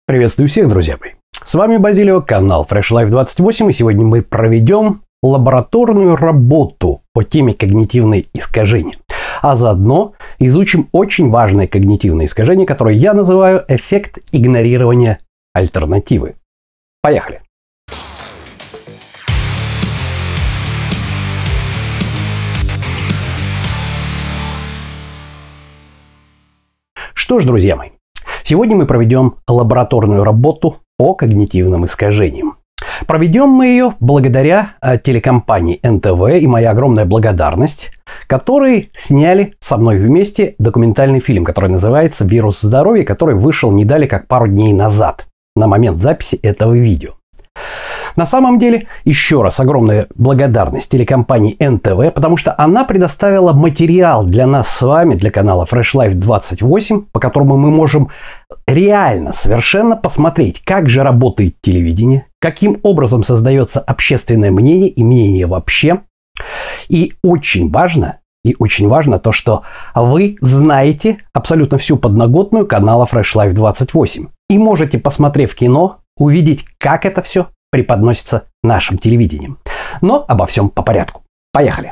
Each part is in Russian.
Приветствую всех, друзья мои. С вами Базилио, канал Fresh Life 28, и сегодня мы проведем лабораторную работу по теме когнитивные искажения. А заодно изучим очень важное когнитивное искажение, которое я называю эффект игнорирования альтернативы. Поехали! Что ж, друзья мои, сегодня мы проведем лабораторную работу по когнитивным искажениям. Проведем мы ее благодаря телекомпании НТВ, и моя огромная благодарность, которые сняли со мной вместе документальный фильм, который называется «Вирус здоровья», который вышел не далее как пару дней назад, на момент записи этого видео. На самом деле, еще раз огромная благодарность телекомпании НТВ, потому что она предоставила материал для нас с вами, для канала Fresh Life 28, по которому мы можем реально, совершенно посмотреть, как же работает телевидение, каким образом создается общественное мнение и мнение вообще. И очень важно то, что вы знаете абсолютно всю подноготную канала Fresh Life 28. И можете, посмотрев кино, увидеть, как это все преподносится нашим телевидением. Но обо всем по порядку. Поехали!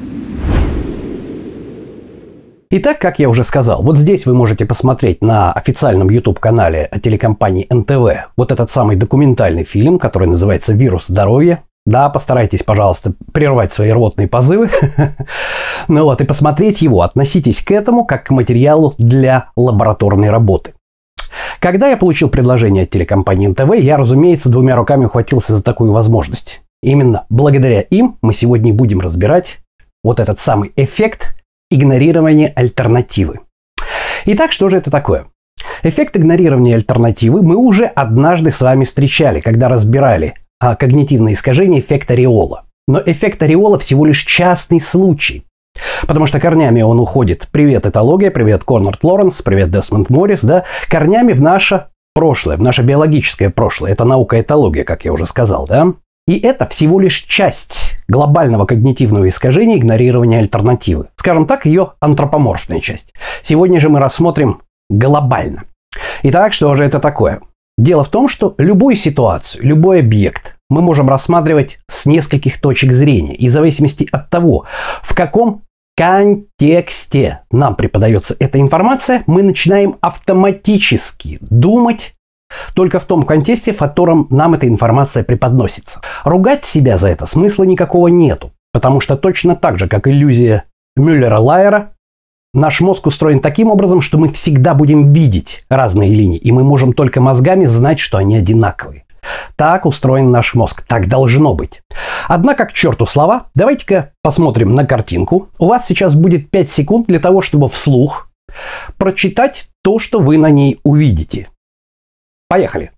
Итак, как я уже сказал, вот здесь вы можете посмотреть на официальном YouTube-канале телекомпании НТВ вот этот самый документальный фильм, который называется «Вирус здоровья». Да, постарайтесь, пожалуйста, прервать свои рвотные позывы. Ну вот, и посмотреть его. Относитесь к этому как к материалу для лабораторной работы. Когда я получил предложение от телекомпании НТВ, я, разумеется, двумя руками ухватился за такую возможность. Именно благодаря им мы сегодня будем разбирать вот этот самый эффект игнорирования альтернативы. Итак, что же это такое? Эффект игнорирования альтернативы мы уже однажды с вами встречали, когда разбирали когнитивные искажения эффекта Риола. Но эффект Риола всего лишь частный случай. Потому что корнями он уходит. Привет, этология, привет, Конрад Лоренс, привет, Десмонд Моррис, да, корнями в наше прошлое, в наше биологическое прошлое. Это наука этология, как я уже сказал, да. И это всего лишь часть глобального когнитивного искажения игнорирования альтернативы. Скажем так, ее антропоморфная часть. Сегодня же мы рассмотрим глобально. Итак, что же это такое? Дело в том, что любую ситуацию, любой объект мы можем рассматривать с нескольких точек зрения. И в зависимости от того, в каком контексте нам преподается эта информация, мы начинаем автоматически думать только в том контексте, в котором нам эта информация преподносится. Ругать себя за это смысла никакого нету, потому что точно так же, как иллюзия Мюллера-Лайера, наш мозг устроен таким образом, что мы всегда будем видеть разные линии, и мы можем только мозгами знать, что они одинаковые. Так устроен наш мозг. Так должно быть. Однако, к черту слова, давайте-ка посмотрим на картинку. У вас сейчас будет 5 секунд для того, чтобы вслух прочитать то, что вы на ней увидите. Поехали.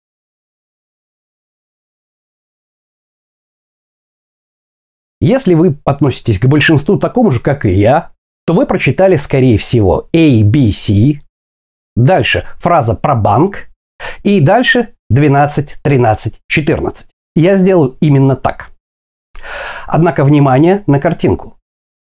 Если вы относитесь к большинству такому же, как и я, то вы прочитали, скорее всего, A, B, C. Дальше фраза про банк. И дальше 12, 13, 14. Я сделал именно так. Однако внимание на картинку.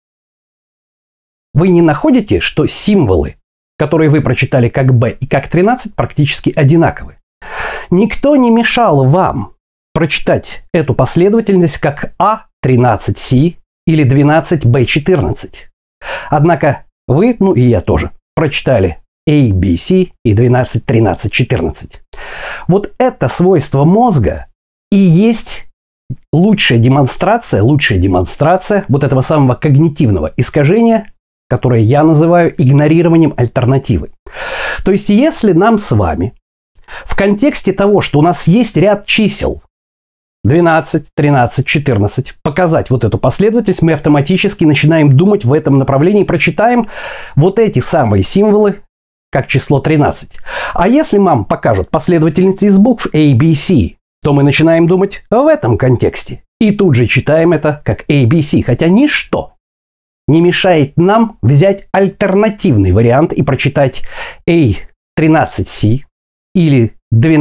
Вы не находите, что символы, которые вы прочитали как B и как 13, практически одинаковы? Никто не мешал вам прочитать эту последовательность как A13C или 12B14. Однако вы, ну и я тоже, прочитали A, B, C и 12, 13, 14. Вот это свойство мозга и есть лучшая демонстрация вот этого самого когнитивного искажения, которое я называю игнорированием альтернативы. То есть, если нам с вами в контексте того, что у нас есть ряд чисел 12, 13, 14, показать вот эту последовательность, мы автоматически начинаем думать в этом направлении, прочитаем вот эти самые символы как число 13. А если нам покажут последовательность из букв A, B, C, то мы начинаем думать в этом контексте. И тут же читаем это как A, B, C, хотя ничто не мешает нам взять альтернативный вариант и прочитать A13C или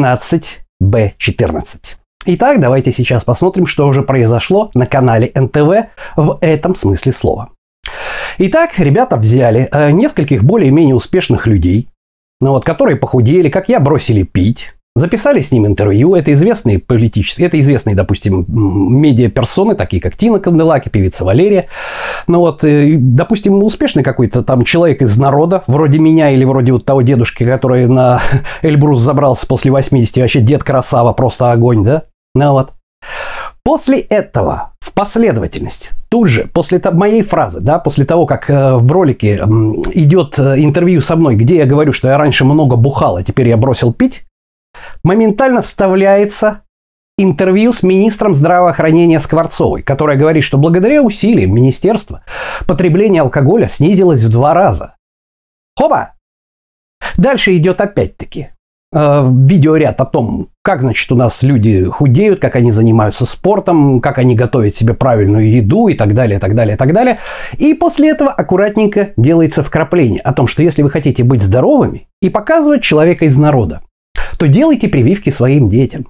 12B14. Итак, давайте сейчас посмотрим, что уже произошло на канале НТВ в этом смысле слова. Итак, ребята взяли нескольких более-менее успешных людей, которые похудели, как я, бросили пить. Записали с ним интервью. Это известные политические, это известные, допустим, медиаперсоны, такие как Тина Канделаки, певица Валерия. Ну вот, допустим, успешный какой-то там человек из народа, вроде меня или вроде вот того дедушки, который на Эльбрус забрался после 80, вообще дед красава, просто огонь, да? Ну вот. После этого, в последовательность, тут же, после моей фразы, да, после того, как в ролике идет интервью со мной, где я говорю, что я раньше много бухал, а теперь я бросил пить, моментально вставляется интервью с министром здравоохранения Скворцовой, которая говорит, что благодаря усилиям министерства потребление алкоголя снизилось в 2 раза. Хоба! Дальше идет опять-таки видеоряд о том, как, значит, у нас люди худеют, как они занимаются спортом, как они готовят себе правильную еду и так далее, так далее, так далее. И после этого аккуратненько делается вкрапление о том, что если вы хотите быть здоровыми и показывать человека из народа, то делайте прививки своим детям.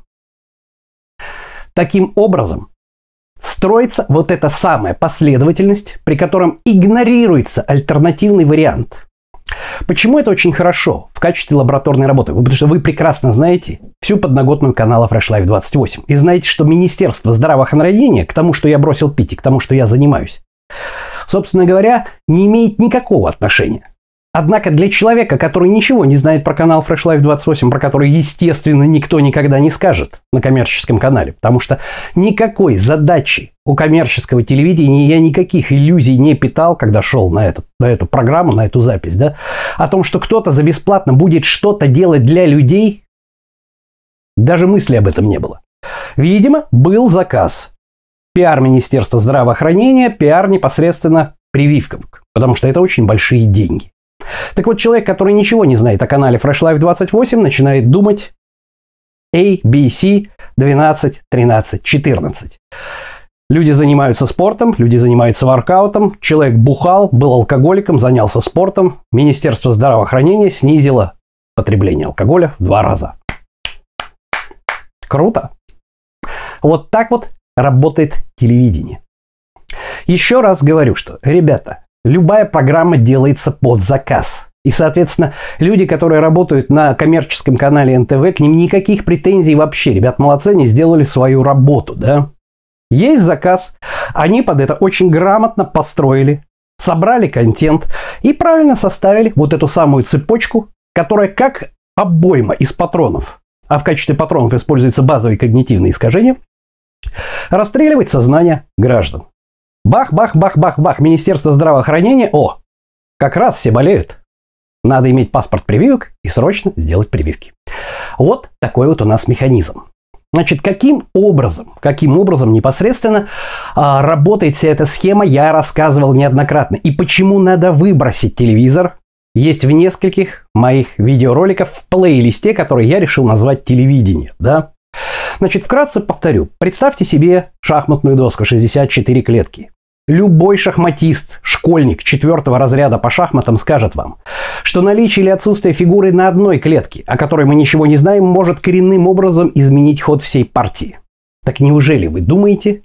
Таким образом, строится вот эта самая последовательность, при котором игнорируется альтернативный вариант. Почему это очень хорошо в качестве лабораторной работы? Потому что вы прекрасно знаете всю подноготную канала Fresh Life 28. И знаете, что Министерство здравоохранения к тому, что я бросил пить и к тому, что я занимаюсь, собственно говоря, не имеет никакого отношения. Однако для человека, который ничего не знает про канал Fresh Life 28, про который, естественно, никто никогда не скажет на коммерческом канале, потому что никакой задачи у коммерческого телевидения я никаких иллюзий не питал, когда шел на эту программу, на эту запись, да, о том, что кто-то за бесплатно будет что-то делать для людей, даже мысли об этом не было. Видимо, был заказ. Пиар Министерства здравоохранения, пиар непосредственно прививок, потому что это очень большие деньги. Так вот, человек, который ничего не знает о канале Fresh Life 28, начинает думать A, B, C, 12, 13, 14. Люди занимаются спортом, люди занимаются воркаутом, человек бухал, был алкоголиком, занялся спортом. Министерство здравоохранения снизило потребление алкоголя в 2 раза. Круто. Вот так вот работает телевидение. Еще раз говорю, что, ребята, любая программа делается под заказ. И, соответственно, люди, которые работают на коммерческом канале НТВ, к ним никаких претензий вообще. Ребят, молодцы, они сделали свою работу, да? Есть заказ, они под это очень грамотно построили, собрали контент и правильно составили вот эту самую цепочку, которая как обойма из патронов, а в качестве патронов используются базовые когнитивные искажения, расстреливать сознание граждан. Бах-бах-бах-бах-бах. Министерство здравоохранения. О, как раз все болеют. Надо иметь паспорт прививок и срочно сделать прививки. Вот такой вот у нас механизм. Значит, каким образом непосредственно работает вся эта схема, я рассказывал неоднократно. И почему надо выбросить телевизор, есть в нескольких моих видеороликах в плейлисте, который я решил назвать «Телевидение». Да? Значит, вкратце повторю. Представьте себе шахматную доску 64 клетки. Любой шахматист, школьник 4-го разряда по шахматам скажет вам, что наличие или отсутствие фигуры на одной клетке, о которой мы ничего не знаем, может коренным образом изменить ход всей партии. Так неужели вы думаете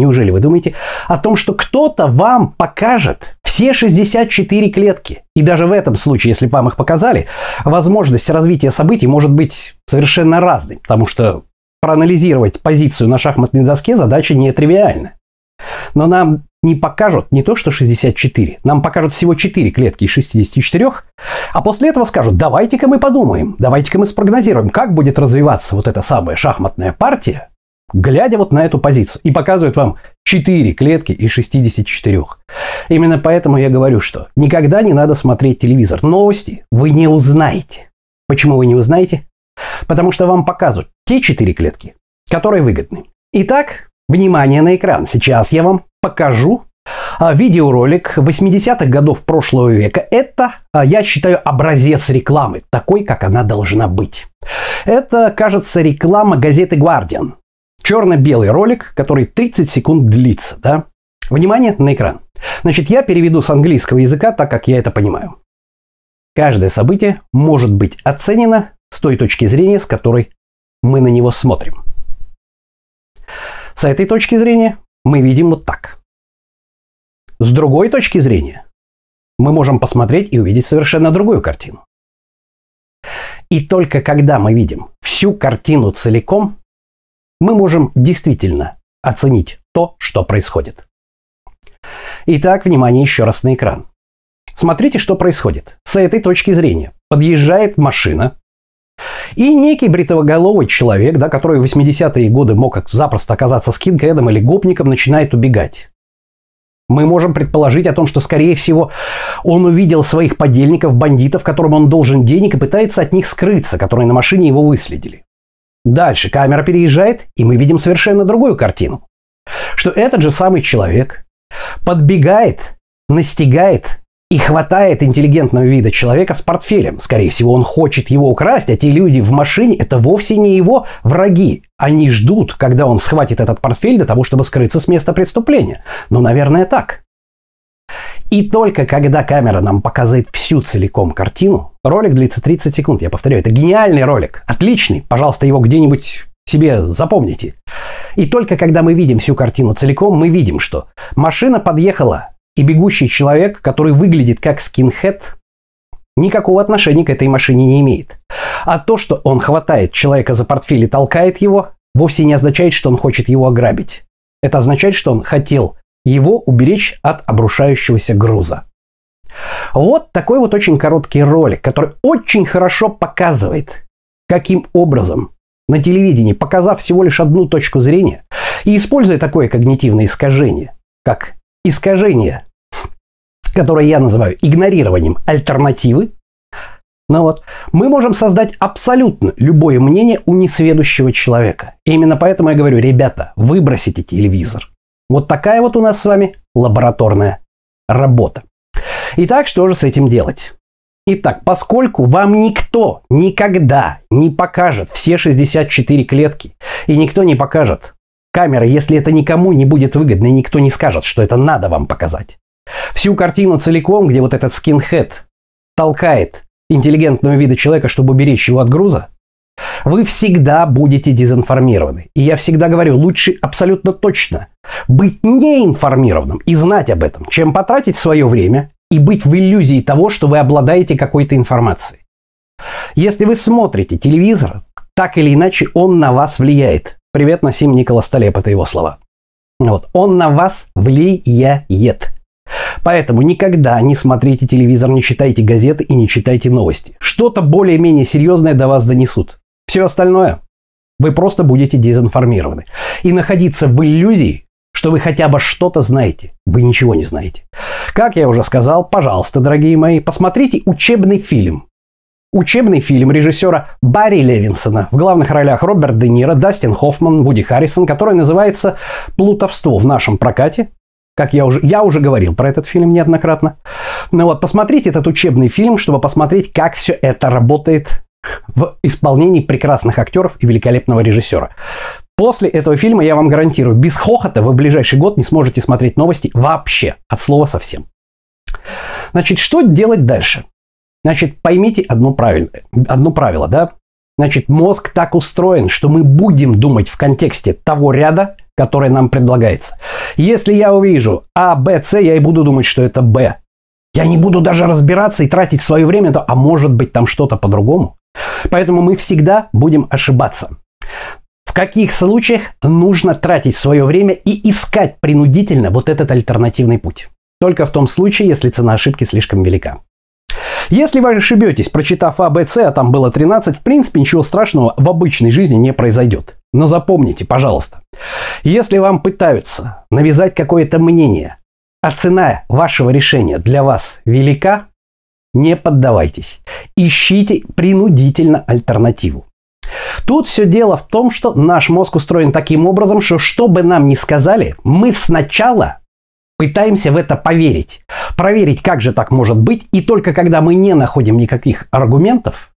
о том, что кто-то вам покажет все 64 клетки? И даже в этом случае, если вам их показали, возможность развития событий может быть совершенно разной, потому что проанализировать позицию на шахматной доске задача нетривиальна. Но нам не покажут не то что 64, нам покажут всего 4 клетки из 64, а после этого скажут: давайте-ка мы подумаем, давайте-ка мы спрогнозируем, как будет развиваться вот эта самая шахматная партия, глядя вот на эту позицию. И показывают вам 4 клетки из 64. Именно поэтому я говорю, что никогда не надо смотреть телевизор. Новости вы не узнаете. Почему вы не узнаете? Потому что вам показывают те 4 клетки, которые выгодны. Итак, внимание на экран. Сейчас я вам покажу видеоролик 80-х годов прошлого века. Это, я считаю, образец рекламы, такой, как она должна быть. Это, кажется, реклама газеты Guardian. Черно-белый ролик, который 30 секунд длится. Да? Внимание на экран. Значит, я переведу с английского языка, так как я это понимаю. Каждое событие может быть оценено с той точки зрения, с которой мы на него смотрим. С этой точки зрения мы видим вот так. С другой точки зрения мы можем посмотреть и увидеть совершенно другую картину. И только когда мы видим все всю картину целиком, мы можем действительно оценить то, что происходит. Итак, внимание еще раз на экран. Смотрите, что происходит. С этой точки зрения подъезжает машина, и некий бритоголовый человек, да, который в 80-е годы мог запросто оказаться скинхедом или гопником, начинает убегать. Мы можем предположить о том, что, скорее всего, он увидел своих подельников, бандитов, которым он должен денег, и пытается от них скрыться, которые на машине его выследили. Дальше камера переезжает, и мы видим совершенно другую картину. Что этот же самый человек подбегает, настигает и хватает интеллигентного вида человека с портфелем. Скорее всего, он хочет его украсть, а те люди в машине – это вовсе не его враги. Они ждут, когда он схватит этот портфель для того, чтобы скрыться с места преступления. Ну, наверное, так. И только когда камера нам показывает всю целиком картину, ролик длится 30 секунд, я повторяю, это гениальный ролик, отличный, пожалуйста, его где-нибудь себе запомните. И только когда мы видим всю картину целиком, мы видим, что машина подъехала, и бегущий человек, который выглядит как скинхед, никакого отношения к этой машине не имеет. А то, что он хватает человека за портфель и толкает его, вовсе не означает, что он хочет его ограбить. Это означает, что он хотел его уберечь от обрушающегося груза. Вот такой вот очень короткий ролик, который очень хорошо показывает, каким образом на телевидении, показав всего лишь одну точку зрения и используя такое когнитивное искажение, как искажение, которое я называю игнорированием альтернативы, мы можем создать абсолютно любое мнение у несведущего человека. И именно поэтому я говорю, ребята, выбросите телевизор. Вот такая вот у нас с вами лабораторная работа. Итак, что же с этим делать? Итак, поскольку вам никто никогда не покажет все 64 клетки, и никто не покажет камеры, если это никому не будет выгодно, и никто не скажет, что это надо вам показать. Всю картину целиком, где вот этот скинхед толкает интеллигентного вида человека, чтобы уберечь его от груза, вы всегда будете дезинформированы. И я всегда говорю, лучше абсолютно точно быть неинформированным и знать об этом, чем потратить свое время и быть в иллюзии того, что вы обладаете какой-то информацией. Если вы смотрите телевизор, так или иначе он на вас влияет. Привет, Насим Николас Талеб, это его слова. Он на вас влияет. Поэтому никогда не смотрите телевизор, не читайте газеты и не читайте новости. Что-то более-менее серьезное до вас донесут. Все остальное вы просто будете дезинформированы. И находиться в иллюзии, что вы хотя бы что-то знаете, вы ничего не знаете. Как я уже сказал, пожалуйста, дорогие мои, посмотрите учебный фильм. Учебный фильм режиссера Барри Левинсона. В главных ролях Роберт Де Ниро, Дастин Хоффман, Вуди Харрисон, который называется «Плутовство» в нашем прокате. Как я уже говорил про этот фильм неоднократно. Посмотрите этот учебный фильм, чтобы посмотреть, как все это работает в исполнении прекрасных актеров и великолепного режиссера. После этого фильма, я вам гарантирую, без хохота вы в ближайший год не сможете смотреть новости вообще, от слова совсем. Что делать дальше? Поймите одно правило, да? Мозг так устроен, что мы будем думать в контексте того ряда, который нам предлагается. Если я увижу А, Б, С, я и буду думать, что это Б. Я не буду даже разбираться и тратить свое время, а может быть там что-то по-другому. Поэтому мы всегда будем ошибаться. В каких случаях нужно тратить свое время и искать принудительно вот этот альтернативный путь? Только в том случае, если цена ошибки слишком велика. Если вы ошибетесь, прочитав А, Б, С, а там было 13, в принципе, ничего страшного в обычной жизни не произойдет. Но запомните, пожалуйста, если вам пытаются навязать какое-то мнение, а цена вашего решения для вас велика, не поддавайтесь. Ищите принудительно альтернативу. Тут все дело в том, что наш мозг устроен таким образом, что бы нам ни сказали, мы сначала пытаемся в это поверить. Проверить, как же так может быть. И только когда мы не находим никаких аргументов,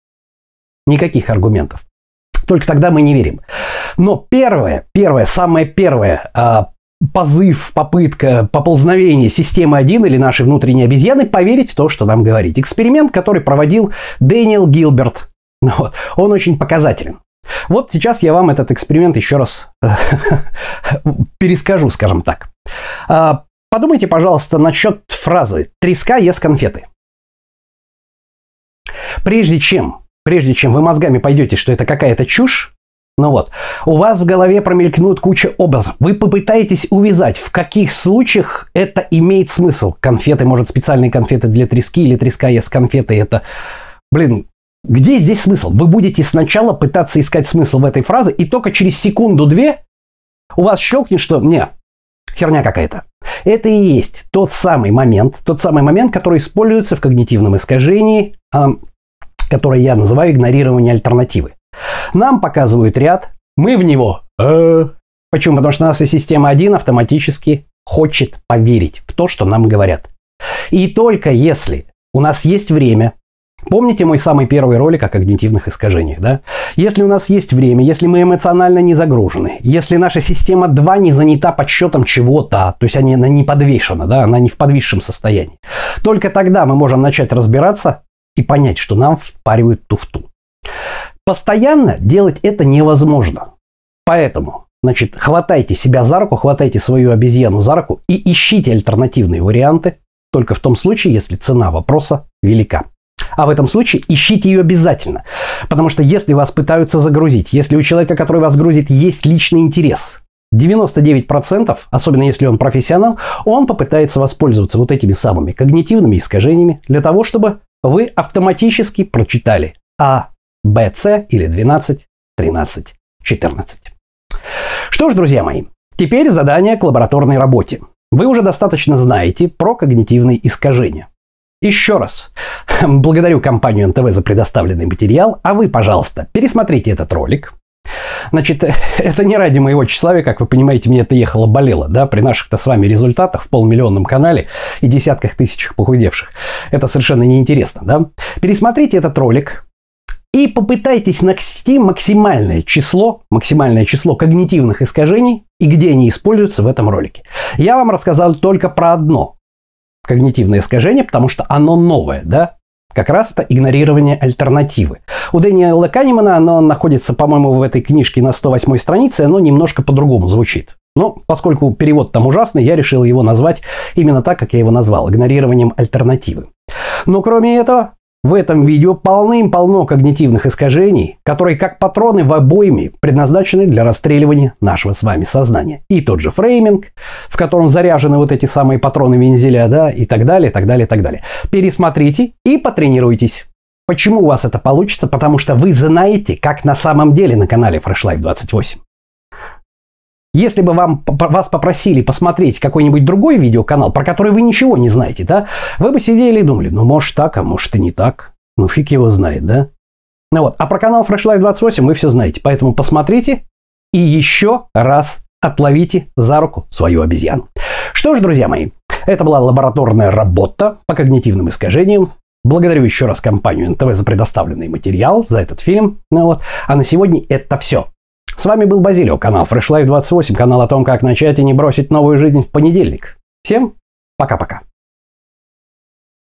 только тогда мы не верим. Но самое первое позыв, попытка, поползновение системы 1 или нашей внутренней обезьяны поверить в то, что нам говорит. Эксперимент, который проводил Дэниел Гилберт. Он очень показателен. Вот сейчас я вам этот эксперимент еще раз перескажу, скажем так. Подумайте, пожалуйста, насчет фразы «треска ест конфеты». Прежде чем прежде чем вы мозгами пойдете, что это какая-то чушь, ну вот, у вас в голове промелькнут куча образов. Вы попытаетесь увязать, в каких случаях это имеет смысл. Конфеты, может, специальные конфеты для трески, или треска есть конфеты. Это, блин, где здесь смысл? Вы будете сначала пытаться искать смысл в этой фразе, и только через секунду-две у вас щелкнет, что не, херня какая-то. Это и есть тот самый момент, который используется в когнитивном искажении, который я называю игнорирование альтернативы. Нам показывают ряд, мы в него. Почему? Потому что наша система 1 автоматически хочет поверить в то, что нам говорят. И только если у нас есть время, помните мой самый первый ролик о когнитивных искажениях, да? Если у нас есть время, если мы эмоционально не загружены, если наша система 2 не занята подсчетом чего-то, то есть она не подвешена, да, она не в подвисшем состоянии, только тогда мы можем начать разбираться и понять, что нам впаривают туфту. Постоянно делать это невозможно. Поэтому, значит, хватайте себя за руку, хватайте свою обезьяну за руку и ищите альтернативные варианты только в том случае, если цена вопроса велика. А в этом случае ищите ее обязательно. Потому что если вас пытаются загрузить, если у человека, который вас грузит, есть личный интерес, 99%, особенно если он профессионал, он попытается воспользоваться вот этими самыми когнитивными искажениями для того, чтобы вы автоматически прочитали А, Б, С или 12, 13, 14. Что ж, друзья мои, теперь задание к лабораторной работе. Вы уже достаточно знаете про когнитивные искажения. Еще раз благодарю компанию НТВ за предоставленный материал, а вы, пожалуйста, пересмотрите этот ролик. Значит, это не ради моего тщеславия, как вы понимаете, мне это ехало-болело, да, при наших-то с вами результатах в полумиллионном канале и десятках тысяч похудевших. Это совершенно неинтересно, да. Пересмотрите этот ролик и попытайтесь найти максимальное число когнитивных искажений и где они используются в этом ролике. Я вам рассказал только про одно когнитивное искажение, потому что оно новое, да. Как раз это игнорирование альтернативы. У Дэниела Канемана оно находится, по-моему, в этой книжке на 108 странице, оно немножко по-другому звучит. Но поскольку перевод там ужасный, я решил его назвать именно так, как я его назвал, игнорированием альтернативы. Но кроме этого, в этом видео полным-полно когнитивных искажений, которые как патроны в обойме предназначены для расстреливания нашего с вами сознания. И тот же фрейминг, в котором заряжены вот эти самые патроны вензеля, да, и так далее, и так далее, и так далее. Пересмотрите и потренируйтесь. Почему у вас это получится? Потому что вы знаете, как на самом деле на канале Fresh Life 28. Если бы вас попросили посмотреть какой-нибудь другой видеоканал, про который вы ничего не знаете, да, вы бы сидели и думали, ну, может так, а может и не так. Ну, фиг его знает, да? Ну вот, а про канал Fresh Life 28 вы все знаете. Поэтому посмотрите и еще раз отловите за руку свою обезьяну. Что ж, друзья мои, это была лабораторная работа по когнитивным искажениям. Благодарю еще раз компанию НТВ за предоставленный материал, за этот фильм. Ну вот, а на сегодня это все. С вами был Базилио, канал Fresh Life 28, канал о том, как начать и не бросить новую жизнь в понедельник. Всем пока-пока.